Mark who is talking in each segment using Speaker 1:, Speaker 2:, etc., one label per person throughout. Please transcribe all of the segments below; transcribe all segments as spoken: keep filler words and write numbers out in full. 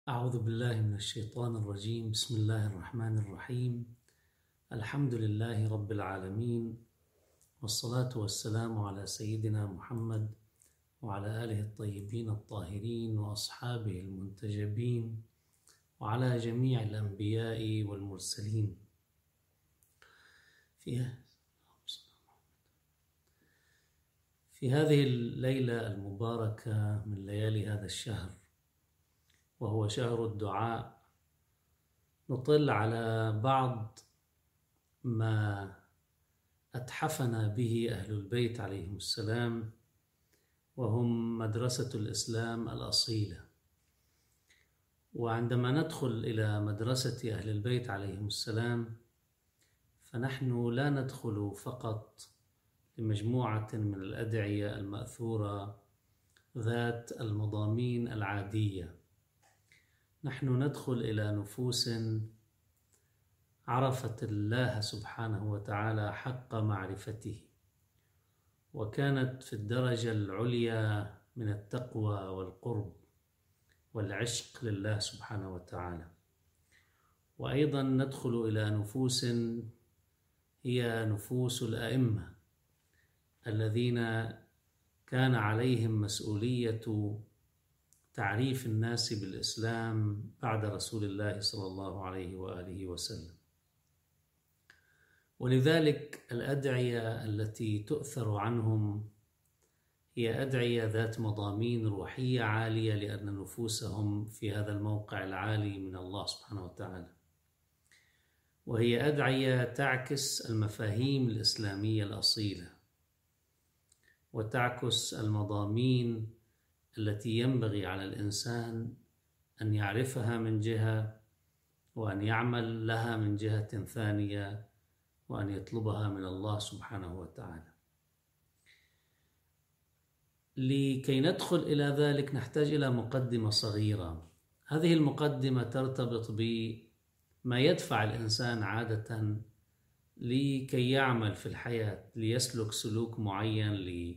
Speaker 1: أعوذ بالله من الشيطان الرجيم. بسم الله الرحمن الرحيم. الحمد لله رب العالمين، والصلاة والسلام على سيدنا محمد وعلى آله الطيبين الطاهرين وأصحابه المنتجبين وعلى جميع الأنبياء والمرسلين. في في هذه الليلة المباركة من ليالي هذا الشهر، وهو شهر الدعاء، نطل على بعض ما أتحفنا به أهل البيت عليهم السلام، وهم مدرسة الإسلام الأصيلة. وعندما ندخل إلى مدرسة أهل البيت عليهم السلام، فنحن لا ندخل فقط لمجموعة من الأدعية المأثورة ذات المضامين العادية، نحن ندخل إلى نفوس عرفت الله سبحانه وتعالى حق معرفته، وكانت في الدرجة العليا من التقوى والقرب والعشق لله سبحانه وتعالى. وأيضا ندخل إلى نفوس هي نفوس الأئمة الذين كان عليهم مسؤولية تعريف الناس بالإسلام بعد رسول الله صلى الله عليه وآله وسلم. ولذلك الأدعية التي تؤثر عنهم هي أدعية ذات مضامين روحية عالية، لأن نفوسهم في هذا الموقع العالي من الله سبحانه وتعالى، وهي أدعية تعكس المفاهيم الإسلامية الأصيلة، وتعكس المضامين التي ينبغي على الإنسان أن يعرفها من جهة، وأن يعمل لها من جهة ثانية، وأن يطلبها من الله سبحانه وتعالى. لكي ندخل إلى ذلك نحتاج إلى مقدمة صغيرة. هذه المقدمة ترتبط بما يدفع الإنسان عادة لكي يعمل في الحياة، ليسلك سلوك معين،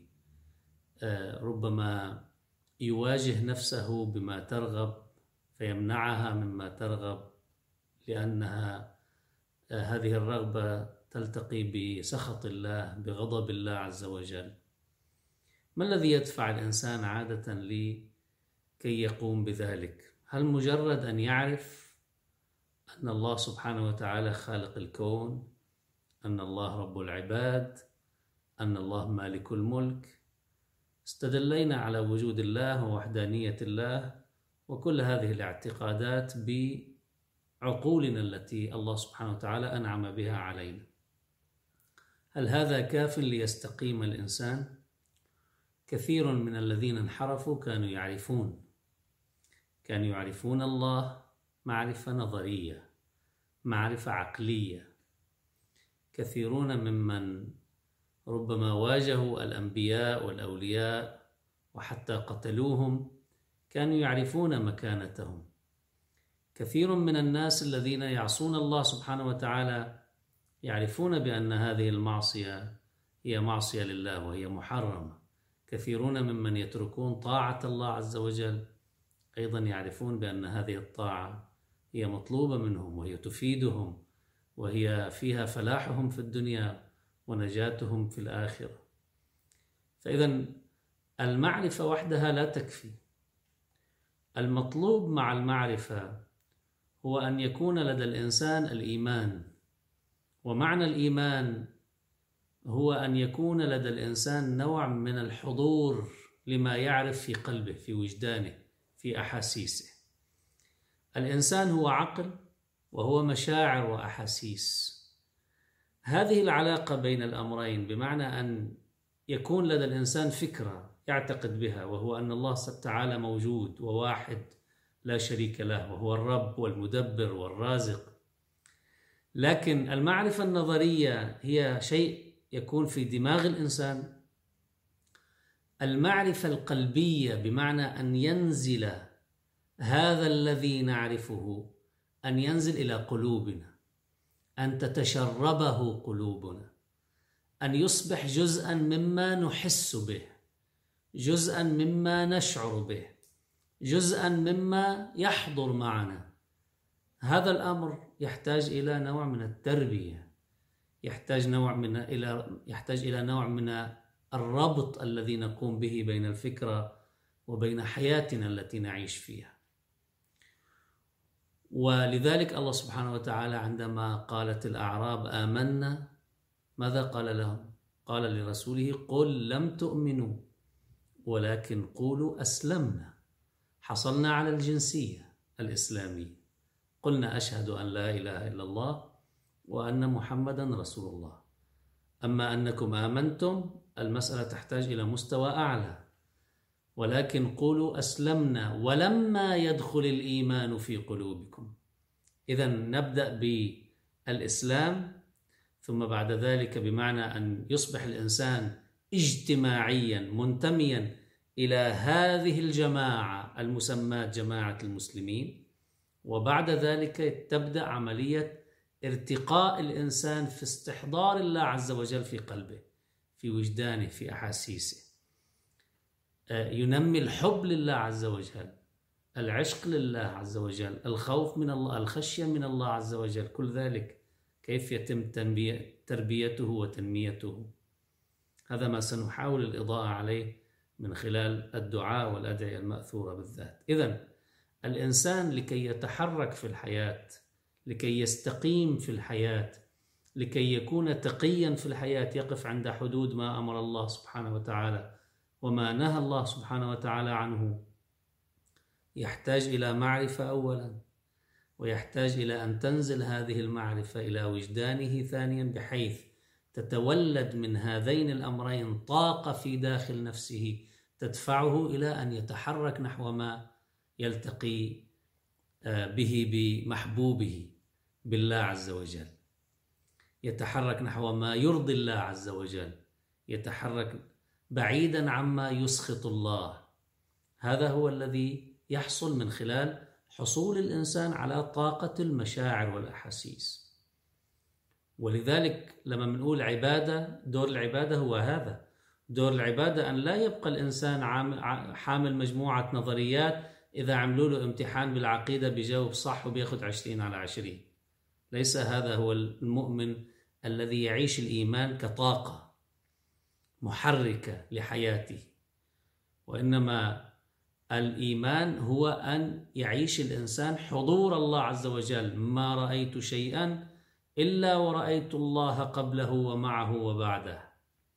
Speaker 1: لربما يواجه نفسه بما ترغب فيمنعها مما ترغب، لأنها هذه الرغبة تلتقي بسخط الله، بغضب الله عز وجل. ما الذي يدفع الإنسان عادة لكي يقوم بذلك؟ هل مجرد أن يعرف أن الله سبحانه وتعالى خالق الكون، أن الله رب العباد، أن الله مالك الملك؟ استدلينا على وجود الله ووحدانية الله وكل هذه الاعتقادات بعقولنا التي الله سبحانه وتعالى أنعم بها علينا. هل هذا كاف ليستقيم الإنسان؟ كثير من الذين انحرفوا كانوا يعرفون كانوا يعرفون الله معرفة نظرية، معرفة عقلية. كثيرون ممن ربما واجهوا الأنبياء والأولياء وحتى قتلوهم كانوا يعرفون مكانتهم. كثير من الناس الذين يعصون الله سبحانه وتعالى يعرفون بأن هذه المعصية هي معصية لله وهي محرمة. كثيرون ممن يتركون طاعة الله عز وجل أيضا يعرفون بأن هذه الطاعة هي مطلوبة منهم، وهي تفيدهم، وهي فيها فلاحهم في الدنيا ونجاتهم في الآخرة. فإذا المعرفة وحدها لا تكفي. المطلوب مع المعرفة هو أن يكون لدى الإنسان الإيمان، ومعنى الإيمان هو أن يكون لدى الإنسان نوع من الحضور لما يعرف في قلبه، في وجدانه، في أحاسيسه. الإنسان هو عقل وهو مشاعر وأحاسيس. هذه العلاقة بين الأمرين، بمعنى أن يكون لدى الإنسان فكرة يعتقد بها، وهو أن الله تعالى موجود وواحد لا شريك له، وهو الرب والمدبر والرازق. لكن المعرفة النظرية هي شيء يكون في دماغ الإنسان. المعرفة القلبية بمعنى أن ينزل هذا الذي نعرفه، أن ينزل إلى قلوبنا، أن تتشربه قلوبنا، أن يصبح جزءا مما نحس به، جزءا مما نشعر به، جزءا مما يحضر معنا. هذا الأمر يحتاج إلى نوع من التربية، يحتاج نوع من إلى يحتاج إلى نوع من الربط الذي نقوم به بين الفكرة وبين حياتنا التي نعيش فيها. ولذلك الله سبحانه وتعالى عندما قالت الأعراب آمنا، ماذا قال لهم؟ قال لرسوله قل لم تؤمنوا ولكن قولوا أسلمنا، حصلنا على الجنسية الإسلامية، قلنا أشهد أن لا إله إلا الله وأن محمدا رسول الله. أما أنكم آمنتم، المسألة تحتاج إلى مستوى أعلى، ولكن قولوا أسلمنا ولما يدخل الإيمان في قلوبكم. إذن نبدأ بالإسلام، ثم بعد ذلك بمعنى أن يصبح الإنسان اجتماعيا منتميا إلى هذه الجماعة المسماة جماعة المسلمين، وبعد ذلك تبدأ عملية ارتقاء الإنسان في استحضار الله عز وجل في قلبه، في وجدانه، في أحاسيسه. ينمي الحب لله عز وجل، العشق لله عز وجل، الخوف من الله، الخشية من الله عز وجل. كل ذلك كيف يتم تربيته وتنميته؟ هذا ما سنحاول الإضاءة عليه من خلال الدعاء والأدعية المأثورة بالذات. إذن الإنسان لكي يتحرك في الحياة، لكي يستقيم في الحياة، لكي يكون تقيا في الحياة، يقف عند حدود ما أمر الله سبحانه وتعالى وما نهى الله سبحانه وتعالى عنه، يحتاج إلى معرفة أولا، ويحتاج إلى أن تنزل هذه المعرفة إلى وجدانه ثانيا، بحيث تتولد من هذين الأمرين طاقة في داخل نفسه تدفعه إلى أن يتحرك نحو ما يلتقي به بمحبوبه بالله عز وجل، يتحرك نحو ما يرضي الله عز وجل، يتحرك بعيدا عما يسخط الله. هذا هو الذي يحصل من خلال حصول الإنسان على طاقة المشاعر والأحاسيس. ولذلك لما بنقول عبادة، دور العبادة هو هذا، دور العبادة أن لا يبقى الإنسان حامل مجموعة نظريات إذا عملوا له امتحان بالعقيدة بيجاوب صح وبياخد عشرين على عشرين. ليس هذا هو المؤمن الذي يعيش الإيمان كطاقة محركة لحياته، وإنما الإيمان هو أن يعيش الإنسان حضور الله عز وجل. ما رأيت شيئا إلا ورأيت الله قبله ومعه وبعده.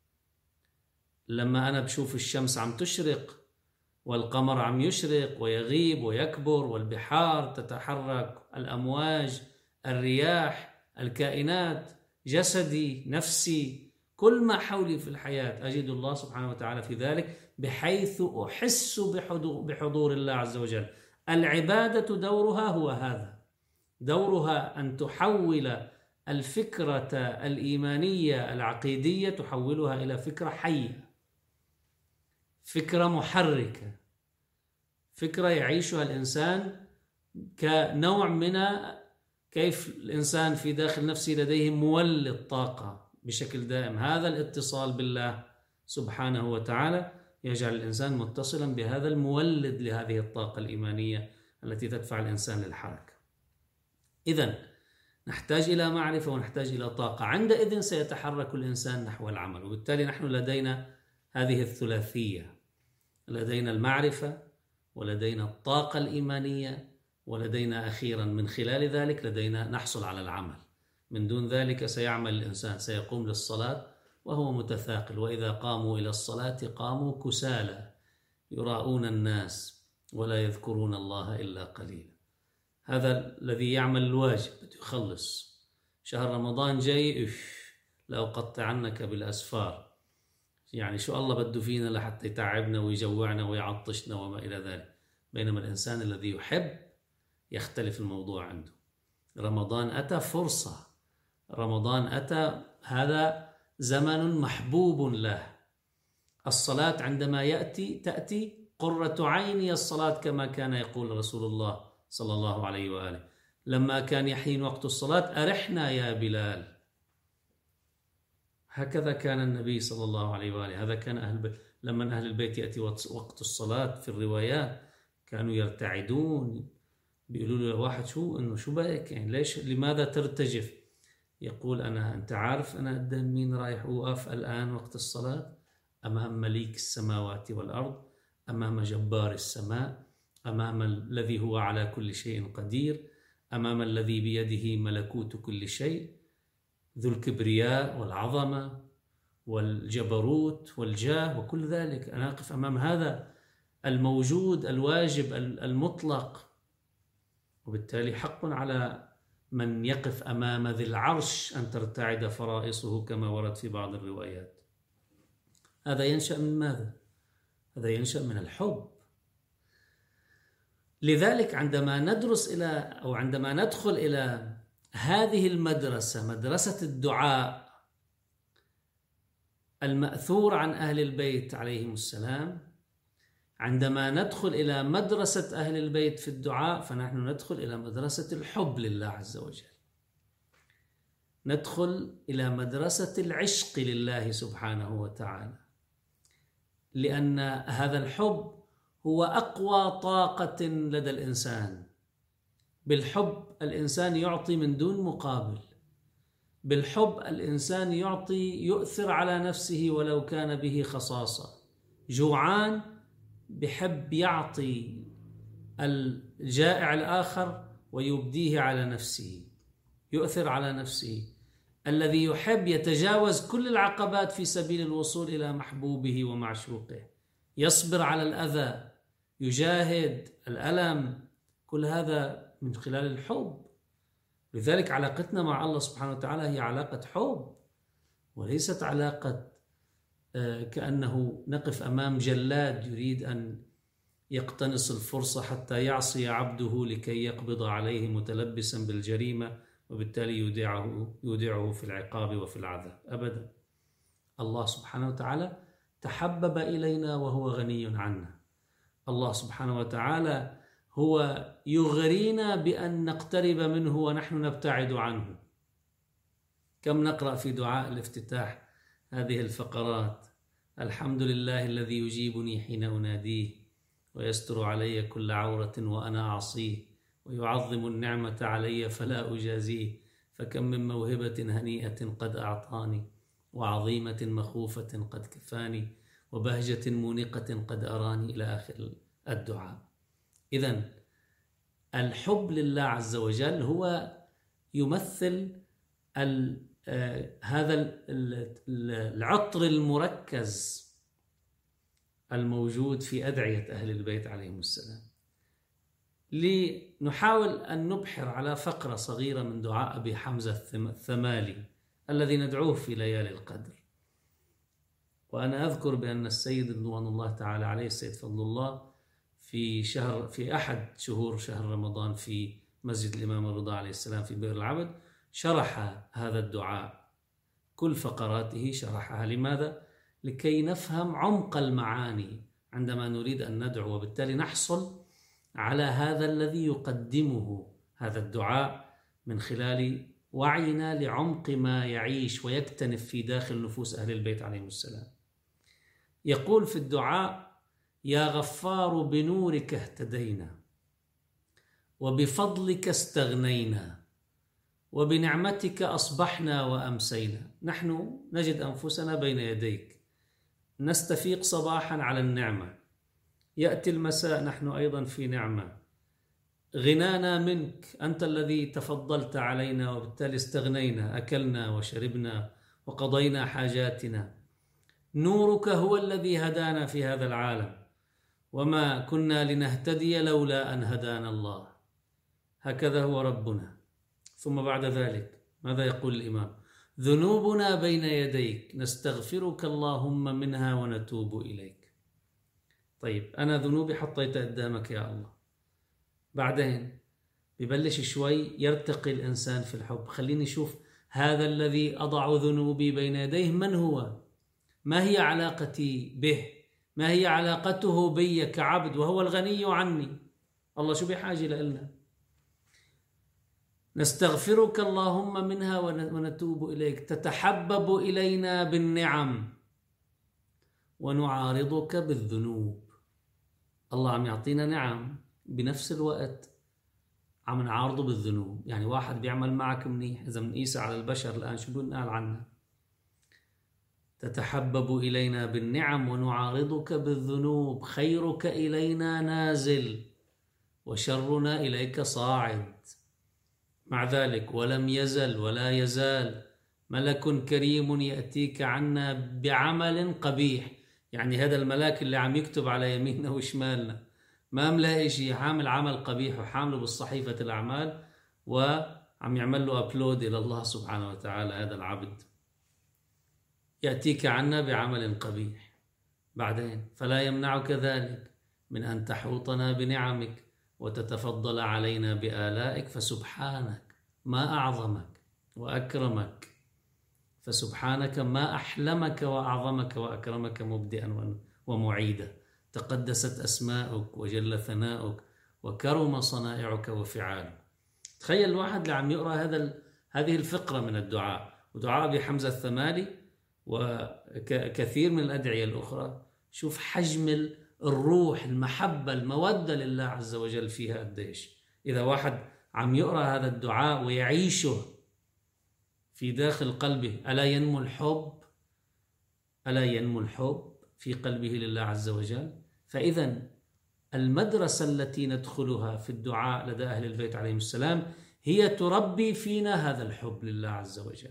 Speaker 1: لما أنا بشوف الشمس عم تشرق والقمر عم يشرق ويغيب ويكبر، والبحار تتحرك، الأمواج، الرياح، الكائنات، جسدي، نفسي، كل ما حولي في الحياة أجد الله سبحانه وتعالى في ذلك، بحيث أحس بحضور الله عز وجل. العبادة دورها هو هذا، دورها أن تحول الفكرة الإيمانية العقيدية، تحولها إلى فكرة حية، فكرة محركة، فكرة يعيشها الإنسان كنوع من كيف الإنسان في داخل نفسه لديه مولد طاقة بشكل دائم. هذا الاتصال بالله سبحانه وتعالى يجعل الإنسان متصلا بهذا المولد لهذه الطاقة الإيمانية التي تدفع الإنسان للحركة. إذن نحتاج إلى معرفة ونحتاج إلى طاقة، عندئذ سيتحرك الإنسان نحو العمل. وبالتالي نحن لدينا هذه الثلاثية، لدينا المعرفة ولدينا الطاقة الإيمانية ولدينا أخيرا من خلال ذلك لدينا نحصل على العمل. من دون ذلك سيعمل الإنسان، سيقوم للصلاة وهو متثاقل، وإذا قاموا إلى الصلاة قاموا كسالى يراؤون الناس ولا يذكرون الله إلا قليلا. هذا الذي يعمل الواجب بده يخلص. شهر رمضان جاي، إف لا أقطعنك بالأسفار، يعني شو الله بده فينا لحتى يتعبنا ويجوعنا ويعطشنا وما إلى ذلك. بينما الإنسان الذي يحب يختلف الموضوع عنده. رمضان أتى فرصة، رمضان أتى هذا زمن محبوب له. الصلاة عندما يأتي تأتي قرة عيني الصلاة، كما كان يقول رسول الله صلى الله عليه وآله لما كان يحين وقت الصلاة: أرحنا يا بلال. هكذا كان النبي صلى الله عليه وآله، هذا كان أهل البيت. لما أهل البيت يأتي وقت الصلاة في الروايات كانوا يرتعدون، بيقولوا له واحد شو إنه شو بك يعني، ليش لماذا ترتجف؟ يقول أنا أنت عارف أنا قدام مين رايح أوقف الآن وقت الصلاة؟ أمام مليك السماوات والأرض، أمام جبار السماء، أمام الذي هو على كل شيء قدير، أمام الذي بيده ملكوت كل شيء، ذو الكبرياء والعظمة والجبروت والجاه وكل ذلك. أنا أقف أمام هذا الموجود الواجب المطلق، وبالتالي حق على من يقف أمام ذي العرش أن ترتعد فرائصه كما ورد في بعض الروايات. هذا ينشأ من ماذا؟ هذا ينشأ من الحب. لذلك عندما ندرس إلى أو عندما ندخل إلى هذه المدرسة، مدرسة الدعاء المأثور عن أهل البيت عليهم السلام، عندما ندخل إلى مدرسة أهل البيت في الدعاء فنحن ندخل إلى مدرسة الحب لله عز وجل، ندخل إلى مدرسة العشق لله سبحانه وتعالى، لأن هذا الحب هو أقوى طاقة لدى الإنسان. بالحب الإنسان يعطي من دون مقابل، بالحب الإنسان يعطي يؤثر على نفسه ولو كان به خصاصة. جوعان بحب يعطي الجائع الآخر ويبديه على نفسه، يؤثر على نفسه. الذي يحب يتجاوز كل العقبات في سبيل الوصول إلى محبوبه ومعشوقه، يصبر على الأذى، يجاهد الألم، كل هذا من خلال الحب. لذلك علاقتنا مع الله سبحانه وتعالى هي علاقة حب، وليست علاقة كأنه نقف أمام جلاد يريد أن يقتنص الفرصة حتى يعصي عبده لكي يقبض عليه متلبسا بالجريمة، وبالتالي يودعه يودعه في العقاب وفي العذاب. أبدا، الله سبحانه وتعالى تحبب إلينا وهو غني عنا. الله سبحانه وتعالى هو يغرينا بأن نقترب منه ونحن نبتعد عنه. كم نقرأ في دعاء الافتتاح هذه الفقرات: الحمد لله الذي يجيبني حين أناديه، ويستر علي كل عورة وأنا أعصيه، ويعظم النعمة علي فلا أجازيه، فكم من موهبة هنيئة قد أعطاني، وعظيمة مخوفة قد كفاني، وبهجة مونقة قد أراني، إلى آخر الدعاء. إذن الحب لله عز وجل هو يمثل هذا العطر المركز الموجود في أدعية أهل البيت عليهم السلام. لنحاول أن نبحر على فقرة صغيرة من دعاء أبي حمزة الثمالي الذي ندعوه في ليالي القدر. وأنا أذكر بأن السيد رضوان الله تعالى عليه، السيد فضل الله، في شهر في أحد شهور شهر رمضان في مسجد الإمام الرضا عليه السلام في بئر العبد شرح هذا الدعاء، كل فقراته شرحها. لماذا؟ لكي نفهم عمق المعاني عندما نريد أن ندعو، وبالتالي نحصل على هذا الذي يقدمه هذا الدعاء من خلال وعينا لعمق ما يعيش ويكتنف في داخل نفوس أهل البيت عليهم السلام. يقول في الدعاء: يا غفار بنورك اهتدينا، وبفضلك استغنينا، وبنعمتك أصبحنا وأمسينا. نحن نجد أنفسنا بين يديك، نستفيق صباحا على النعمة، يأتي المساء نحن أيضا في نعمة، غنانا منك، أنت الذي تفضلت علينا وبالتالي استغنينا، أكلنا وشربنا وقضينا حاجاتنا. نورك هو الذي هدانا في هذا العالم، وما كنا لنهتدي لولا أن هدانا الله. هكذا هو ربنا. ثم بعد ذلك ماذا يقول الإمام؟ ذنوبنا بين يديك نستغفرك اللهم منها ونتوب إليك. طيب، أنا ذنوبي حطيتها قدامك يا الله. بعدين ببلش شوي يرتقي الإنسان في الحب. خليني أشوف هذا الذي أضع ذنوبي بين يديه من هو؟ ما هي علاقتي به؟ ما هي علاقته بي كعبد وهو الغني عني؟ الله شو بحاجة لنا؟ نستغفرك اللهم منها ونتوب إليك. تتحبب إلينا بالنعم ونعارضك بالذنوب. الله عم يعطينا نعم، بنفس الوقت عم نعارضه بالذنوب. يعني واحد بيعمل معك منيح، إذا بنقيسه على البشر الآن شو بنقال عنه؟ تتحبب إلينا بالنعم ونعارضك بالذنوب، خيرك إلينا نازل وشرنا إليك صاعد. مع ذلك ولم يزل ولا يزال ملك كريم يأتيك عنا بعمل قبيح. يعني هذا الملاك اللي عم يكتب على يميننا وشمالنا ما ملاقي شيء، عامل عمل قبيح وحامله بالصحيفة الأعمال وعم يعمل له أبلود إلى الله سبحانه وتعالى. هذا العبد يأتيك عنا بعمل قبيح، بعدين فلا يمنعك ذلك من أن تحوطنا بنعمك وتتفضل علينا بآلائك، فسبحانك ما أعظمك وأكرمك، فسبحانك ما أحلمك وأعظمك وأكرمك مبدئا ومعيدا. تقدست أسماؤك وجل ثناؤك وكرم صنائعك وفعالك. تخيل الواحد اللي عم يقرأ هذا هذه الفقرة من الدعاء، ودعاء أبي حمزة الثمالي وكثير من الأدعية الأخرى، شوف حجم الروح، المحبة، المودة لله عز وجل فيها قديش. إذا واحد عم يقرأ هذا الدعاء ويعيشه في داخل قلبه، ألا ينمو الحب؟ ألا ينمو الحب في قلبه لله عز وجل؟ فإذا المدرسة التي ندخلها في الدعاء لدى أهل البيت عليهم السلام هي تربي فينا هذا الحب لله عز وجل.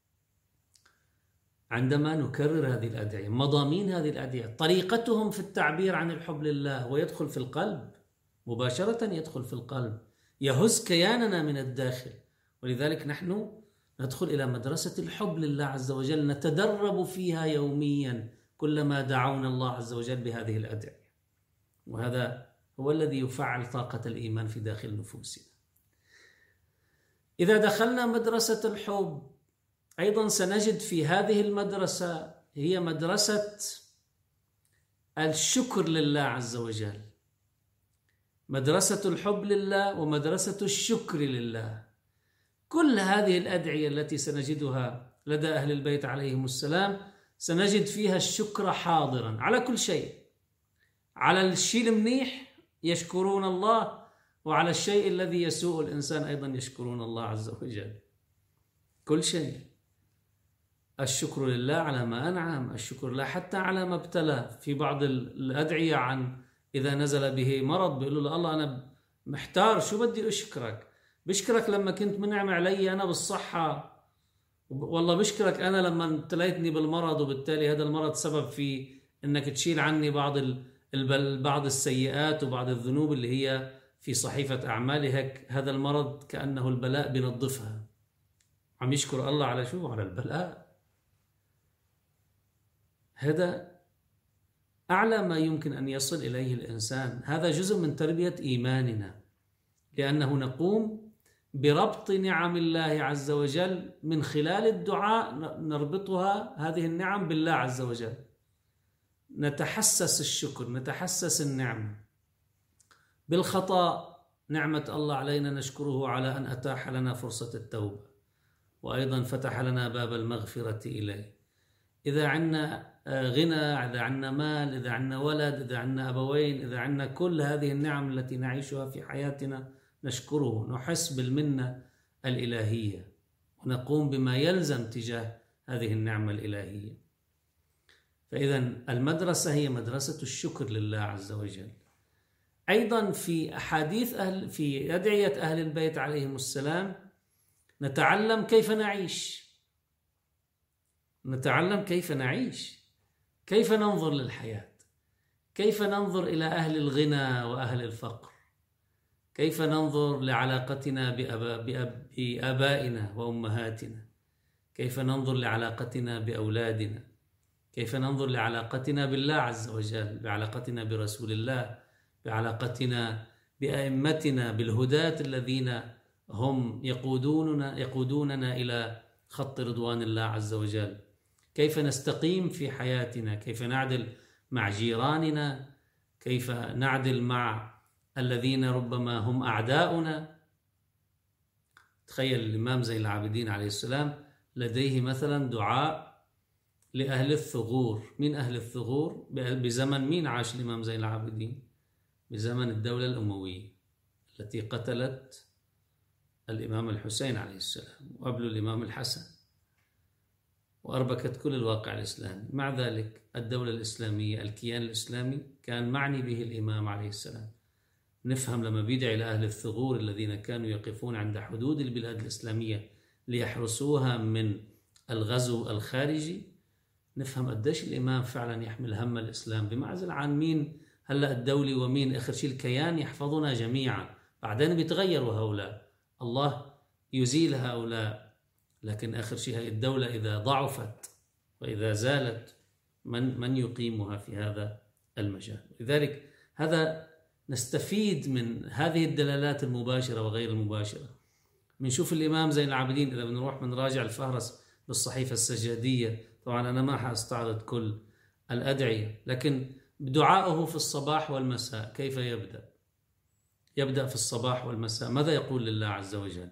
Speaker 1: عندما نكرر هذه الأدعية، مضامين هذه الأدعية، طريقتهم في التعبير عن الحب لله، ويدخل في القلب مباشرة، يدخل في القلب، يهز كياننا من الداخل. ولذلك نحن ندخل إلى مدرسة الحب لله عز وجل، نتدرب فيها يوميا كلما دعونا الله عز وجل بهذه الأدعية. وهذا هو الذي يفعل طاقة الإيمان في داخل نفوسنا. إذا دخلنا مدرسة الحب أيضا سنجد في هذه المدرسة هي مدرسة الشكر لله عز وجل، مدرسة الحب لله ومدرسة الشكر لله. كل هذه الأدعية التي سنجدها لدى أهل البيت عليهم السلام سنجد فيها الشكر حاضرا على كل شيء. على الشيء المنيح يشكرون الله، وعلى الشيء الذي يسوء الإنسان أيضا يشكرون الله عز وجل. كل شيء الشكر لله على ما أنعم، الشكر لله حتى على ما ابتلى. في بعض الأدعية عن إذا نزل به مرض بيقولوا له الله أنا محتار شو بدي أشكرك، بشكرك لما كنت منعم علي أنا بالصحة، والله بشكرك أنا لما ابتليتني بالمرض، وبالتالي هذا المرض سبب في أنك تشيل عني بعض بعض السيئات وبعض الذنوب اللي هي في صحيفة أعمالي. هيك هذا المرض كأنه البلاء بنظفها. عم يشكر الله على شو؟ على البلاء. هذا أعلى ما يمكن أن يصل إليه الإنسان. هذا جزء من تربية إيماننا، لأنه نقوم بربط نعم الله عز وجل من خلال الدعاء، نربطها هذه النعم بالله عز وجل، نتحسس الشكر، نتحسس النعمة. بالخطأ نعمة الله علينا نشكره على أن أتاح لنا فرصة التوبة، وأيضا فتح لنا باب المغفرة إليه. إذا عنا غنى، إذا عنا مال، إذا عنا ولد، إذا عنا أبوين، إذا عنا كل هذه النعم التي نعيشها في حياتنا نشكره، نحس بالمنة الإلهية ونقوم بما يلزم تجاه هذه النعمة الإلهية. فإذا المدرسة هي مدرسة الشكر لله عز وجل. أيضا في أحاديث أهل في أدعية أهل البيت عليهم السلام نتعلم كيف نعيش، نتعلم كيف نعيش، كيف ننظر للحياة، كيف ننظر إلى أهل الغنى وأهل الفقر، كيف ننظر لعلاقتنا بأبا بأب بآبائنا وأمهاتنا، كيف ننظر لعلاقتنا بأولادنا، كيف ننظر لعلاقتنا بالله عز وجل، بعلاقتنا برسول الله، بعلاقتنا بأئمتنا، بالهداة الذين هم يقودوننا يقودوننا إلى خط رضوان الله عز وجل. كيف نستقيم في حياتنا، كيف نعدل مع جيراننا، كيف نعدل مع الذين ربما هم أعداؤنا. تخيل الإمام زين العابدين عليه السلام لديه مثلا دعاء لأهل الثغور. من أهل الثغور؟ بزمن مين عاش الإمام زين العابدين؟ بزمن الدولة الأموية التي قتلت الإمام الحسين عليه السلام وقبل الإمام الحسن وأربكت كل الواقع الإسلامي. مع ذلك الدولة الإسلامية، الكيان الإسلامي، كان معني به الإمام عليه السلام. نفهم لما بيدعي إلى أهل الثغور الذين كانوا يقفون عند حدود البلاد الإسلامية ليحرسوها من الغزو الخارجي، نفهم قديش الإمام فعلا يحمل هم الإسلام، بمعزل عن مين هلأ الدولي ومين آخر شيء الكيان يحفظنا جميعا. بعدين بيتغيروا هؤلاء، الله يزيل هؤلاء، لكن آخر شيء هي الدولة إذا ضعفت وإذا زالت من من يقيمها في هذا المجال. لذلك هذا نستفيد من هذه الدلالات المباشرة وغير المباشرة. بنشوف الإمام زين العابدين، إذا بنروح بنراجع الفهرس بالصحيفة السجادية، طبعا أنا ما حأستعرض كل الأدعية، لكن دعاؤه في الصباح والمساء كيف يبدأ؟ يبدأ في الصباح والمساء ماذا يقول لله عز وجل؟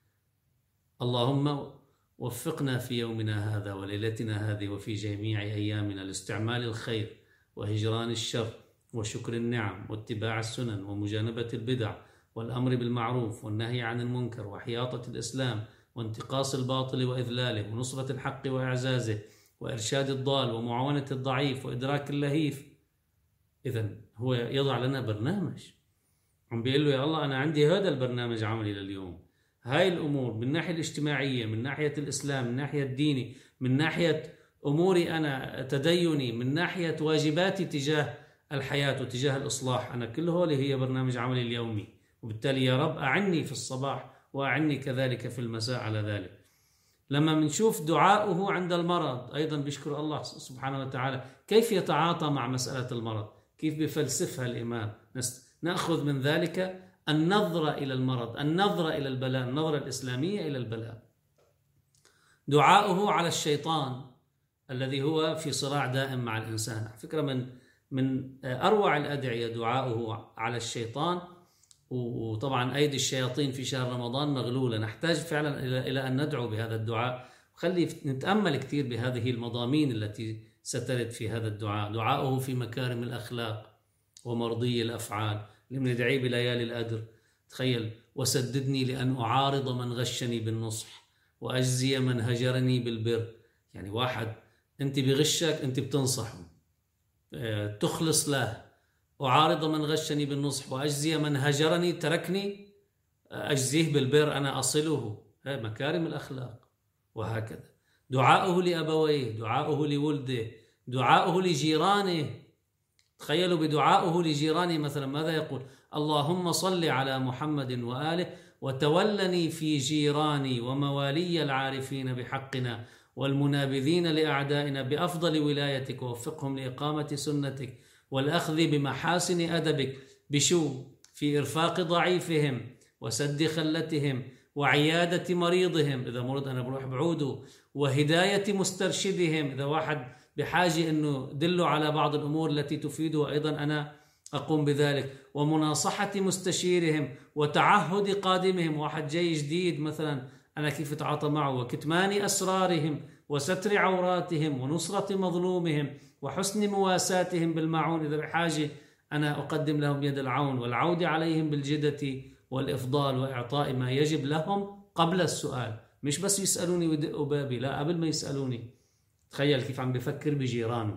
Speaker 1: اللهم وفقنا في يومنا هذا وليلتنا هذه وفي جميع أيامنا لاستعمال الخير وهجران الشر وشكر النعم واتباع السنن ومجانبة البدع والأمر بالمعروف والنهي عن المنكر وحياطة الإسلام وانتقاص الباطل وإذلاله ونصرة الحق وإعزازه وإرشاد الضال ومعاونة الضعيف وإدراك اللهيف. إذن هو يضع لنا برنامج، عم بيقول له يا الله أنا عندي هذا البرنامج عملي لليوم، هاي الأمور من ناحية الاجتماعية، من ناحية الإسلام، من ناحية الديني، من ناحية أموري أنا تديني، من ناحية واجباتي تجاه الحياة وتجاه الإصلاح، أنا كل هولي هي برنامج عملي اليومي. وبالتالي يا رب أعني في الصباح وأعني كذلك في المساء على ذلك. لما منشوف دعاؤه عند المرض أيضا بيشكر الله سبحانه وتعالى، كيف يتعاطى مع مسألة المرض، كيف بفلسفها الإمام. نأخذ من ذلك النظرة إلى المرض، النظرة إلى البلاء، النظرة الإسلامية إلى البلاء. دعاؤه على الشيطان الذي هو في صراع دائم مع الإنسان، على فكرة من من أروع الأدعية دعاؤه على الشيطان. وطبعا أيدي الشياطين في شهر رمضان مغلولة، نحتاج فعلا إلى إلى أن ندعو بهذا الدعاء، وخلي نتأمل كثير بهذه المضامين التي سترد في هذا الدعاء. دعاؤه في مكارم الأخلاق ومرضي الأفعال اللي بندعيه بليالي القدر. تخيل: وسددني لأن أعارض من غشني بالنصح وأجزي من هجرني بالبر. يعني واحد أنت بغشك أنت بتنصحه، تخلص له. أعارض من غشني بالنصح وأجزي من هجرني تركني، أجزيه بالبر، أنا أصله. هذه مكارم الأخلاق. وهكذا دعاؤه لأبويه، دعاؤه لولده، دعاؤه لجيرانه. تخيلوا بدعاؤه لجيرانه مثلا ماذا يقول؟ اللهم صل على محمد وآله وتولني في جيراني وموالي العارفين بحقنا والمنابذين لأعدائنا بأفضل ولايتك، ووفقهم لإقامة سنتك والأخذ بمحاسن أدبك. بشو؟ في إرفاق ضعيفهم وسد خلتهم وعيادة مريضهم، إذا مرض أنا بروح بعوده، وهداية مسترشدهم، إذا واحد بحاجة أنه دلوا على بعض الأمور التي تفيده أيضا أنا أقوم بذلك، ومناصحة مستشيرهم وتعهد قادمهم. واحد جاي جديد مثلا أنا كيف أتعاطى معه، وكتمان أسرارهم وستر عوراتهم ونصرة مظلومهم وحسن مواساتهم بالمعون، إذا بحاجة أنا أقدم لهم يد العون، والعود عليهم بالجدة والإفضال وإعطاء ما يجب لهم قبل السؤال. مش بس يسألوني ويدقوا بابي، لا، قبل ما يسألوني. تخيل كيف عم بفكر بجيرانه.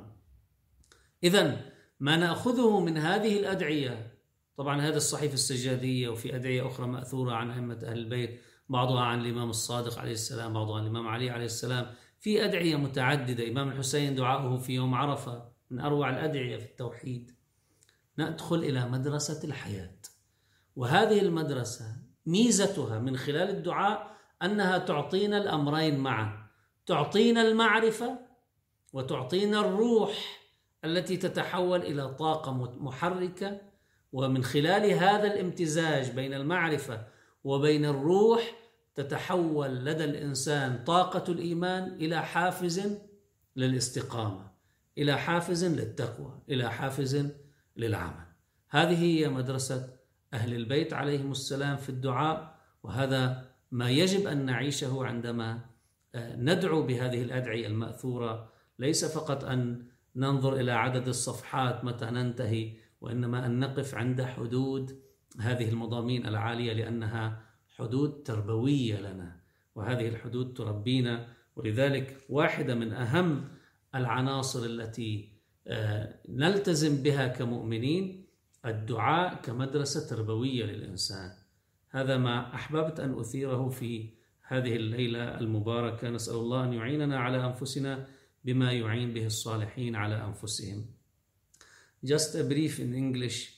Speaker 1: إذن ما نأخذه من هذه الأدعية، طبعا هذا الصحيفة السجادية وفي أدعية أخرى مأثورة عن أئمة أهل البيت، بعضها عن الإمام الصادق عليه السلام، بعضها عن الإمام علي عليه السلام. في أدعية متعددة. إمام الحسين دعاؤه في يوم عرفة من أروع الأدعية في التوحيد. ندخل إلى مدرسة الحياة، وهذه المدرسة ميزتها من خلال الدعاء أنها تعطينا الأمرين معا، تعطينا المعرفة وتعطينا الروح التي تتحول إلى طاقة محركة. ومن خلال هذا الامتزاج بين المعرفة وبين الروح تتحول لدى الإنسان طاقة الإيمان إلى حافز للاستقامة، إلى حافز للتقوى، إلى حافز للعمل. هذه هي مدرسة أهل البيت عليهم السلام في الدعاء، وهذا ما يجب أن نعيشه عندما ندعو بهذه الأدعية المأثورة. ليس فقط أن ننظر إلى عدد الصفحات متى ننتهي وإنما أن نقف عند حدود هذه المضامين العالية، لأنها حدود تربوية لنا، وهذه الحدود تربينا. ولذلك واحدة من أهم العناصر التي نلتزم بها كمؤمنين الدعاء كمدرسة تربوية للإنسان. هذا ما أحببت أن أثيره في هذه الليلة المباركة. نسأل الله أن يعيننا على أنفسنا بما يعين به الصالحين على أنفسهم. Just a brief in English.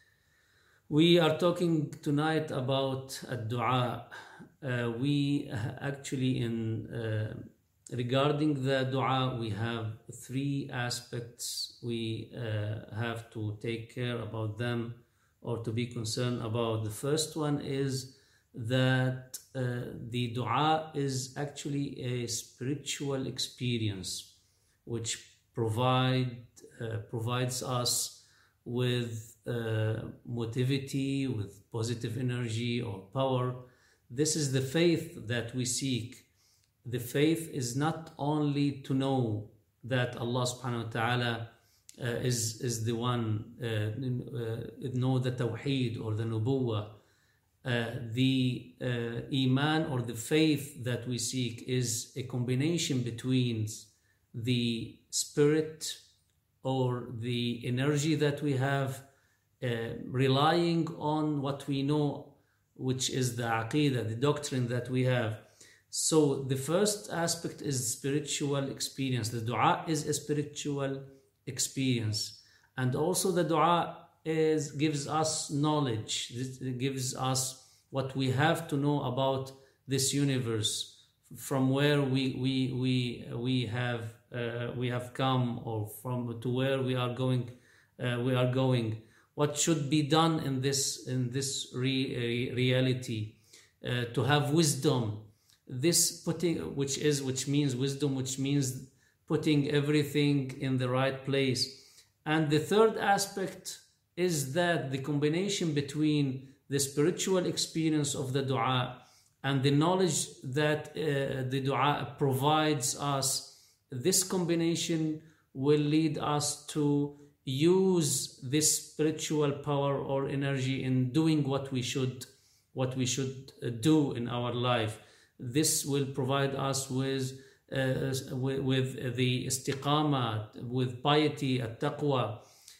Speaker 1: We are talking tonight about ad-du'a. Uh, we actually in uh, regarding the dua, we have three aspects we uh, have to take care about them or to be concerned about. The first one is that uh, the dua is actually a spiritual experience which provide uh, provides us with uh, motivity, with positive energy or power. This is the faith that we seek. The faith is not only to know that Allah subhanahu wa ta'ala uh, is, is the one, uh, uh, know the tawheed or the nubuwwah. Uh, the uh, iman or the faith that we seek is a combination between the spirit or the energy that we have, uh, relying on what we know, which is the aqidah, the doctrine that we have. So the first aspect is spiritual experience. The dua is a spiritual experience. And also the dua is gives us knowledge. It gives us what we have to know about this universe, from where we we we we have uh, we have come, or from to where we are going. Uh, we are going. What should be done in this in this re, uh, reality? Uh, to have wisdom. This putting, which is which means wisdom, which means putting everything in the right place. And the third aspect is that the combination between the spiritual experience of the dua and the knowledge that uh, the dua provides us, this combination will lead us to use this spiritual power or energy in doing what we should, what we should do in our life. This will provide us with uh, with, with the istiqamah, with piety, at-taqwa.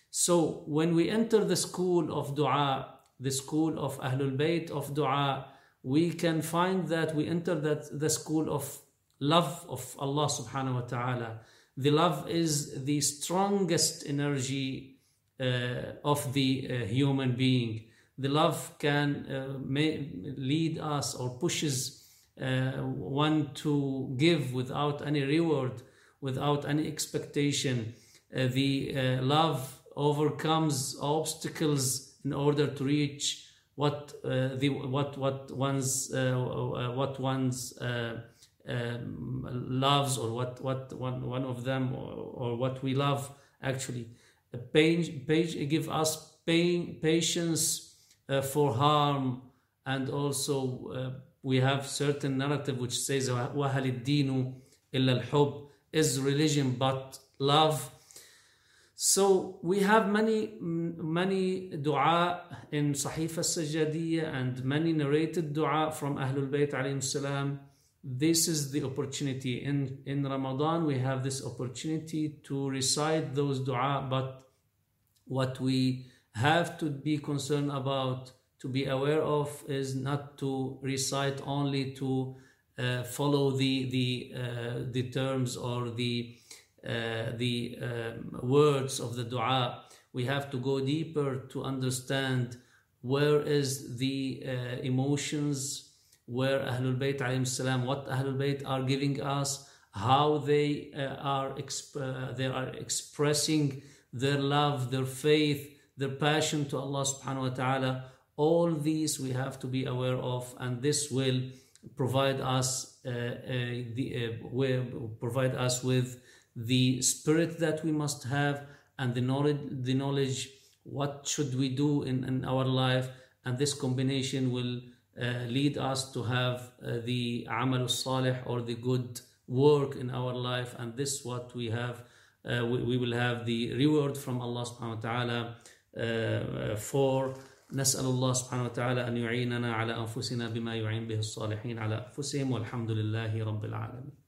Speaker 1: So when we enter the school of dua, the school of Ahlul Bayt of dua, we can find that we enter that the school of love of Allah subhanahu wa ta'ala. The love is the strongest energy uh, of the uh, human being. The love can uh, may lead us or pushes uh, one to give without any reward, without any expectation. Uh, the uh, love overcomes obstacles in order to reach what uh, the what what one's uh, what one's uh, um, loves, or what what one one of them, or, or what we love actually. A pain, page give us pain, patience uh, for harm, and also uh, we have certain narrative which says وَهَلِ الدِّينُ إِلَّا الْحُبِّ, is religion but love. So we have many many dua in Sahifa al-Sajjadiyya and many narrated dua from Ahlul Bayt alayhim salam. This is the opportunity. In, in Ramadan we have this opportunity to recite those dua, but what we have to be concerned about, to be aware of, is not to recite only to uh, follow the, the, uh, the terms or the Uh, the um, words of the dua. We have to go deeper to understand where is the uh, emotions, where Ahlul Bayt alayhim salam, what Ahlul Bayt are giving us, how they uh, are exp uh, they are expressing their love, their faith, their passion to Allah subhanahu wa ta'ala. All these we have to be aware of, and this will provide us uh, uh, the uh, will provide us with the spirit that we must have, and the knowledge, the knowledge what should we do in, in our life, and this combination will uh, lead us to have uh, the amal salih, or the good work in our life, and this what we have, uh, we, we will have the reward from Allah subhanahu wa ta'ala four. نسأل الله سبحانه وتعالى أن يعيننا على أنفسنا بما يعين به الصالحين على أنفسهم، والحمد لله رب العالمين.